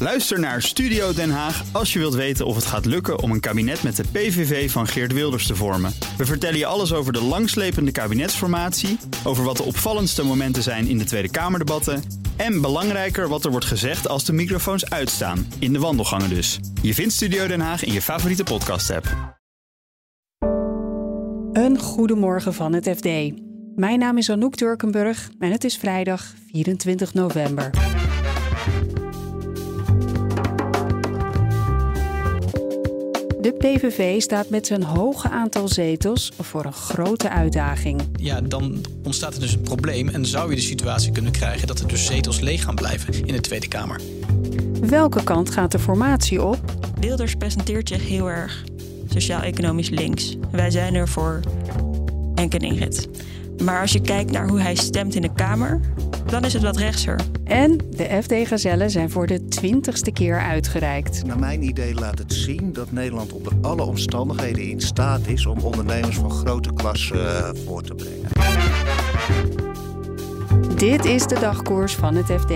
Luister naar Studio Den Haag als je wilt weten of het gaat lukken om een kabinet met de PVV van Geert Wilders te vormen. We vertellen je alles over de langslepende kabinetsformatie, over wat de opvallendste momenten zijn in de Tweede Kamerdebatten en belangrijker wat er wordt gezegd als de microfoons uitstaan, in de wandelgangen dus. Je vindt Studio Den Haag in je favoriete podcast-app. Een goedemorgen van het FD. Mijn naam is Anouk Turkenburg en het is vrijdag 24 november. De PVV staat met zijn hoge aantal zetels voor een grote uitdaging. Ja, dan ontstaat er dus een probleem en zou je de situatie kunnen krijgen dat er dus zetels leeg gaan blijven in de Tweede Kamer. Welke kant gaat de formatie op? Wilders presenteert zich heel erg sociaal-economisch links. Wij zijn er voor Henk en Ingrid. Maar als je kijkt naar hoe hij stemt in de Kamer, dan is het wat rechtser. En de FD-gazellen zijn voor de 20ste keer uitgereikt. Naar mijn idee laat het zien dat Nederland onder alle omstandigheden in staat is om ondernemers van grote klasse voor te brengen. Dit is de dagkoers van het FD.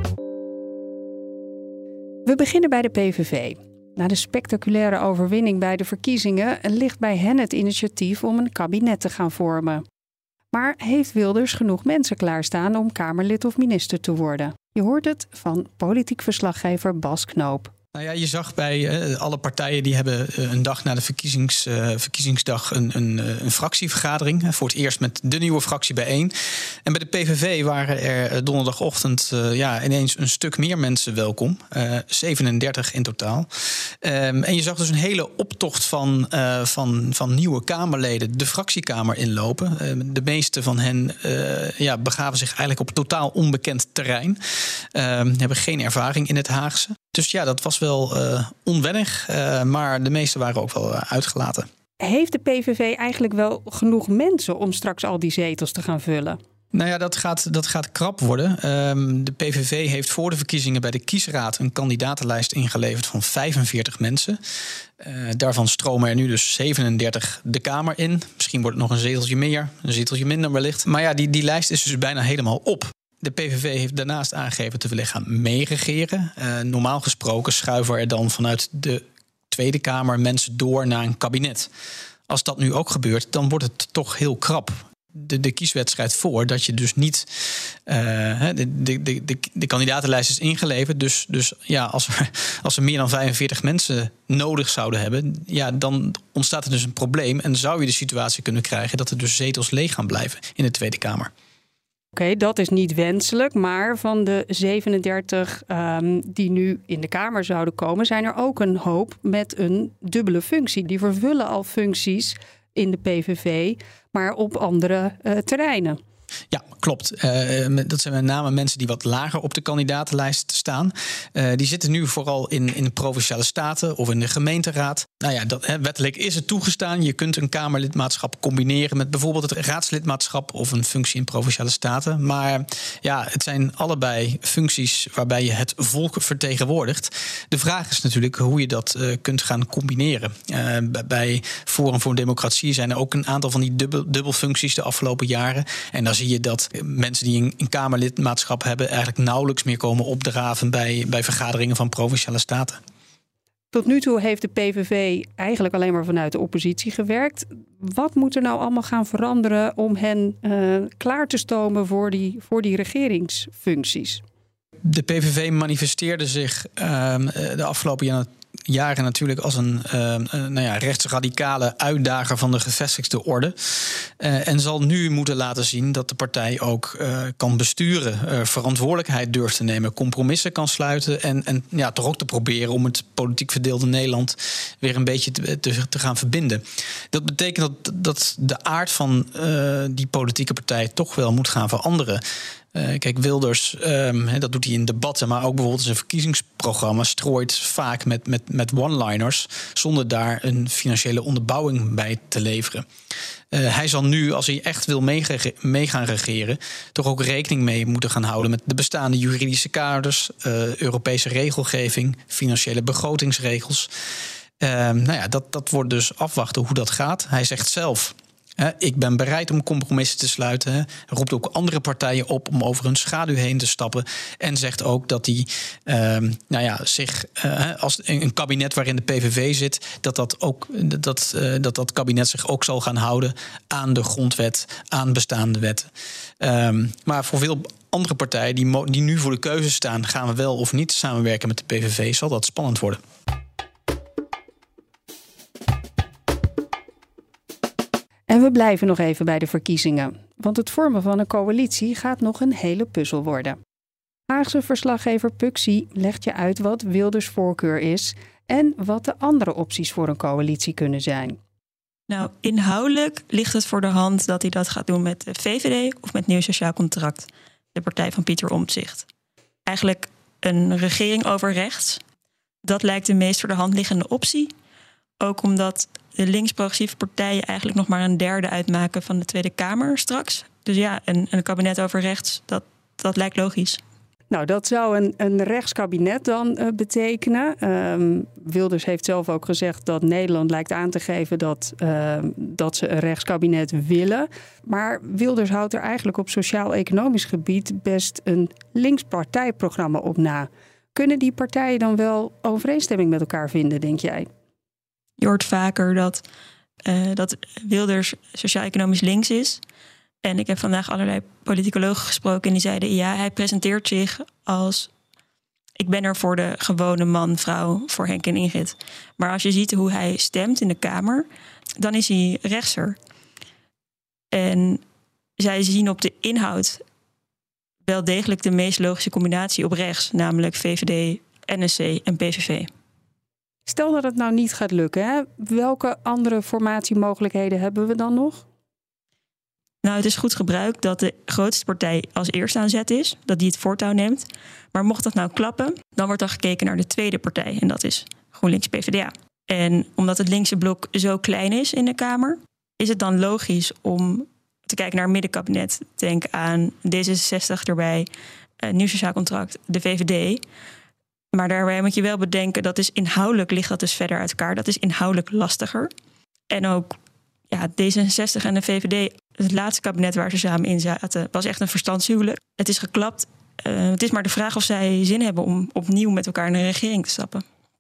We beginnen bij de PVV. Na de spectaculaire overwinning bij de verkiezingen ligt bij hen het initiatief om een kabinet te gaan vormen. Maar heeft Wilders genoeg mensen klaarstaan om Kamerlid of minister te worden? Je hoort het van politiek verslaggever Bas Knoop. Nou ja, je zag bij alle partijen die hebben een dag na de verkiezingsdag een fractievergadering. Voor het eerst met de nieuwe fractie bijeen. En bij de PVV waren er donderdagochtend ineens een stuk meer mensen welkom. 37 in totaal. En je zag dus een hele optocht van nieuwe Kamerleden de fractiekamer inlopen. De meeste van hen begaven zich eigenlijk op totaal onbekend terrein. Hebben geen ervaring in het Haagse. Dus ja, dat was wel onwennig, maar de meeste waren ook wel uitgelaten. Heeft de PVV eigenlijk wel genoeg mensen om straks al die zetels te gaan vullen? Nou ja, dat gaat krap worden. De PVV heeft voor de verkiezingen bij de kiesraad een kandidatenlijst ingeleverd van 45 mensen. Daarvan stromen er nu dus 37 de Kamer in. Misschien wordt het nog een zeteltje meer, een zeteltje minder wellicht. Maar ja, die lijst is dus bijna helemaal op. De PVV heeft daarnaast aangegeven te willen gaan meeregeren. Normaal gesproken schuiven er dan vanuit de Tweede Kamer mensen door naar een kabinet. Als dat nu ook gebeurt, dan wordt het toch heel krap. De kieswedstrijd voor dat je dus niet... De kandidatenlijst is ingeleverd. Dus ja, als we meer dan 45 mensen nodig zouden hebben, ja, dan ontstaat er dus een probleem. En zou je de situatie kunnen krijgen dat er dus zetels leeg gaan blijven in de Tweede Kamer. Oké, dat is niet wenselijk, maar van de 37 die nu in de Kamer zouden komen, zijn er ook een hoop met een dubbele functie. Die vervullen al functies in de PVV, maar op andere terreinen. Ja, klopt. Dat zijn met name mensen die wat lager op de kandidatenlijst staan. Die zitten nu vooral in de Provinciale Staten of in de gemeenteraad. Nou ja, wettelijk is het toegestaan. Je kunt een Kamerlidmaatschap combineren met bijvoorbeeld het raadslidmaatschap of een functie in Provinciale Staten. Maar ja, het zijn allebei functies waarbij je het volk vertegenwoordigt. De vraag is natuurlijk hoe je dat kunt gaan combineren. Bij Forum voor Democratie zijn er ook een aantal van die dubbelfuncties de afgelopen jaren. En dan zie je dat mensen die een Kamerlidmaatschap hebben eigenlijk nauwelijks meer komen opdraven bij vergaderingen van Provinciale Staten. Tot nu toe heeft de PVV eigenlijk alleen maar vanuit de oppositie gewerkt. Wat moet er nou allemaal gaan veranderen om hen klaar te stomen voor die regeringsfuncties? De PVV manifesteerde zich de afgelopen jaren natuurlijk als een rechtsradicale uitdager van de gevestigde orde. En zal nu moeten laten zien dat de partij ook kan besturen, verantwoordelijkheid durft te nemen, compromissen kan sluiten en toch ook te proberen om het politiek verdeelde Nederland weer een beetje te gaan verbinden. Dat betekent dat de aard van die politieke partij toch wel moet gaan veranderen. Kijk, Wilders, dat doet hij in debatten, maar ook bijvoorbeeld in zijn verkiezingsprogramma strooit vaak met one-liners zonder daar een financiële onderbouwing bij te leveren. Hij zal nu, als hij echt wil mee gaan regeren, toch ook rekening mee moeten gaan houden met de bestaande juridische kaders, Europese regelgeving, financiële begrotingsregels. Dat wordt dus afwachten hoe dat gaat. Hij zegt zelf Ik ben bereid om compromissen te sluiten. Roept ook andere partijen op om over hun schaduw heen te stappen. En zegt ook dat hij zich als een kabinet waarin de PVV zit, dat kabinet zich ook zal gaan houden aan de grondwet, aan bestaande wetten. Maar voor veel andere partijen die nu voor de keuze staan, gaan we wel of niet samenwerken met de PVV, zal dat spannend worden. En we blijven nog even bij de verkiezingen. Want het vormen van een coalitie gaat nog een hele puzzel worden. Haagse verslaggever Puxi legt je uit wat Wilders' voorkeur is en wat de andere opties voor een coalitie kunnen zijn. Nou, inhoudelijk ligt het voor de hand dat hij dat gaat doen met de VVD of met Nieuw Sociaal Contract, de partij van Pieter Omtzigt. Eigenlijk een regering over rechts. Dat lijkt de meest voor de hand liggende optie. Ook omdat de links-progressieve partijen eigenlijk nog maar een derde uitmaken van de Tweede Kamer straks. Dus ja, een kabinet over rechts, dat lijkt logisch. Nou, dat zou een rechtskabinet dan betekenen. Wilders heeft zelf ook gezegd dat Nederland lijkt aan te geven dat ze een rechtskabinet willen. Maar Wilders houdt er eigenlijk op sociaal-economisch gebied best een linkspartijprogramma op na. Kunnen die partijen dan wel overeenstemming met elkaar vinden, denk jij? Je hoort vaker dat Wilders sociaal-economisch links is. En ik heb vandaag allerlei politicologen gesproken en die zeiden, ja, hij presenteert zich als, ik ben er voor de gewone man, vrouw, voor Henk en Ingrid. Maar als je ziet hoe hij stemt in de Kamer, dan is hij rechtser. En zij zien op de inhoud wel degelijk de meest logische combinatie op rechts, namelijk VVD, NSC en PVV. Stel dat het nou niet gaat lukken, hè? Welke andere formatiemogelijkheden hebben we dan nog? Nou, het is goed gebruik dat de grootste partij als eerste aan zet is, dat die het voortouw neemt. Maar mocht dat nou klappen, dan wordt er gekeken naar de tweede partij. En dat is GroenLinks-PVDA. En omdat het linkse blok zo klein is in de Kamer, is het dan logisch om te kijken naar een middenkabinet. Denk aan D66 erbij, Nieuw Sociaal Contract, de VVD. Maar daarbij moet je wel bedenken, dat is inhoudelijk ligt dat dus verder uit elkaar. Dat is inhoudelijk lastiger. En ook D66 en de VVD, het laatste kabinet waar ze samen in zaten, was echt een verstandshuwelijk. Het is geklapt. Het is maar de vraag of zij zin hebben om opnieuw met elkaar in een regering te stappen.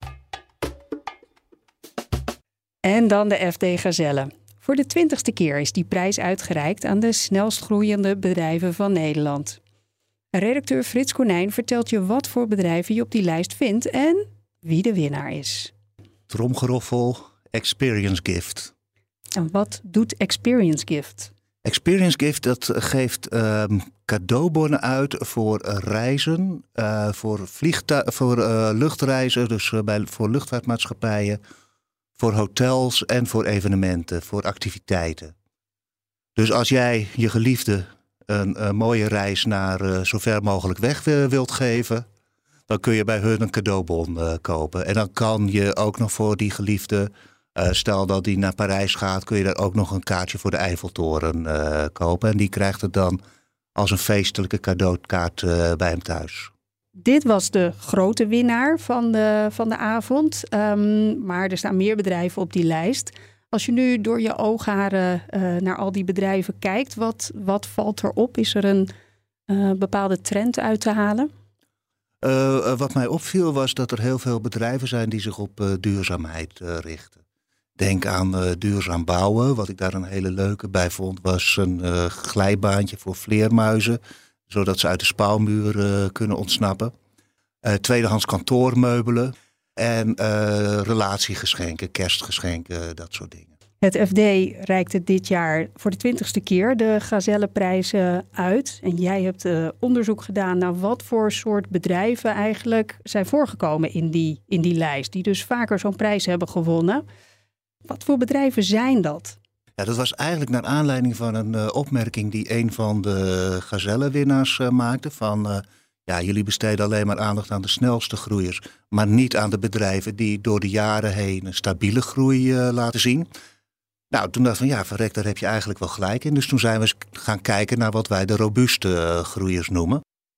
En dan de FD Gazelle. Voor de 20e keer is die prijs uitgereikt aan de snelst groeiende bedrijven van Nederland. Redacteur Frits Konijn vertelt je wat voor bedrijven je op die lijst vindt en wie de winnaar is. Tromgeroffel, Experience Gift. En wat doet Experience Gift? Experience Gift dat geeft cadeaubonnen uit voor reizen, voor luchtreizen, dus voor luchtvaartmaatschappijen, voor hotels en voor evenementen, voor activiteiten. Dus als jij je geliefde een mooie reis naar zo ver mogelijk weg wilt geven, dan kun je bij hun een cadeaubon kopen. En dan kan je ook nog voor die geliefde, stel dat die naar Parijs gaat, kun je daar ook nog een kaartje voor de Eiffeltoren kopen. En die krijgt het dan als een feestelijke cadeaukaart bij hem thuis. Dit was de grote winnaar van de avond. Maar er staan meer bedrijven op die lijst. Als je nu door je oogharen naar al die bedrijven kijkt, wat valt erop? Is er een bepaalde trend uit te halen? Wat mij opviel was dat er heel veel bedrijven zijn die zich op duurzaamheid richten. Denk aan duurzaam bouwen. Wat ik daar een hele leuke bij vond was een glijbaantje voor vleermuizen, zodat ze uit de spouwmuur kunnen ontsnappen. Tweedehands kantoormeubelen en relatiegeschenken, kerstgeschenken, dat soort dingen. Het FD reikte dit jaar voor de 20e keer de Gazelleprijzen uit. En jij hebt onderzoek gedaan naar wat voor soort bedrijven eigenlijk zijn voorgekomen in die lijst. Die dus vaker zo'n prijs hebben gewonnen. Wat voor bedrijven zijn dat? Ja, dat was eigenlijk naar aanleiding van een opmerking die een van de Gazelle-winnaars maakte. Van jullie besteden alleen maar aandacht aan de snelste groeiers, maar niet aan de bedrijven die door de jaren heen een stabiele groei laten zien. Nou, toen dacht ik van verrek, daar heb je eigenlijk wel gelijk in. Dus toen zijn we eens gaan kijken naar wat wij de robuuste groeiers noemen.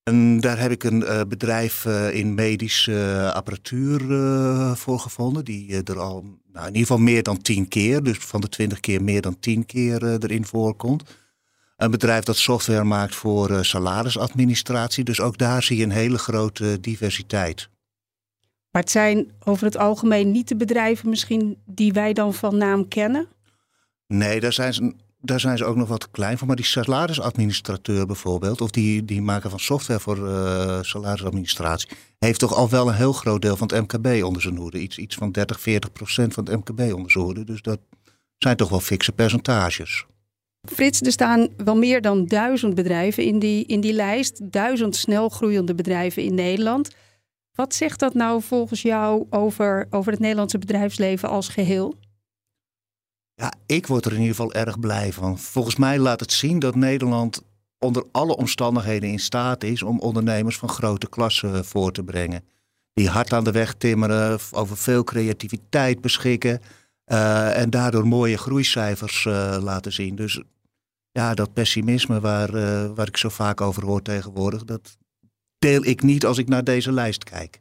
En daar heb ik een bedrijf in medische apparatuur voor gevonden. Die er al in ieder geval meer dan 10 keer, dus van de 20 keer meer dan 10 keer erin voorkomt. Een bedrijf dat software maakt voor salarisadministratie. Dus ook daar zie je een hele grote diversiteit. Maar het zijn over het algemeen niet de bedrijven misschien die wij dan van naam kennen? Nee, daar zijn ze ook nog wat klein voor. Maar die salarisadministrateur bijvoorbeeld, of die maken van software voor salarisadministratie, heeft toch al wel een heel groot deel van het MKB onder zijn hoede. Iets van 30-40% van het MKB onder zijn hoede. Dus dat zijn toch wel fikse percentages. Frits, er staan wel meer dan 1000 bedrijven in die lijst. 1000 snel groeiende bedrijven in Nederland. Wat zegt dat nou volgens jou over het Nederlandse bedrijfsleven als geheel? Ja, ik word er in ieder geval erg blij van. Volgens mij laat het zien dat Nederland onder alle omstandigheden in staat is om ondernemers van grote klasse voor te brengen. Die hard aan de weg timmeren, over veel creativiteit beschikken en daardoor mooie groeicijfers laten zien. Dus ja, dat pessimisme waar ik zo vaak over hoor tegenwoordig, dat deel ik niet als ik naar deze lijst kijk.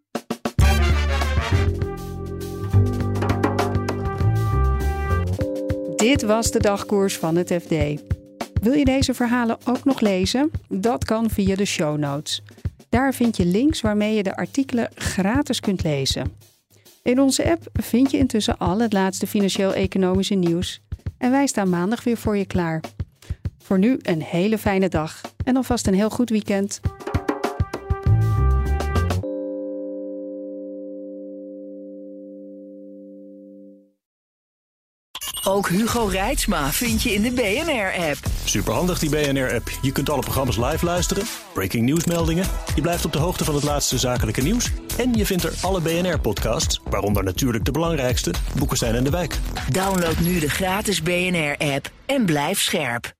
Dit was de dagkoers van het FD. Wil je deze verhalen ook nog lezen? Dat kan via de show notes. Daar vind je links waarmee je de artikelen gratis kunt lezen. In onze app vind je intussen al het laatste financieel-economische nieuws. En wij staan maandag weer voor je klaar. Voor nu een hele fijne dag en alvast een heel goed weekend. Ook Hugo Reitsma vind je in de BNR-app. Superhandig die BNR-app. Je kunt alle programma's live luisteren, breaking nieuwsmeldingen. Je blijft op de hoogte van het laatste zakelijke nieuws. En je vindt er alle BNR-podcasts, waaronder natuurlijk de belangrijkste, Boekestein en de Wijk. Download nu de gratis BNR-app en blijf scherp.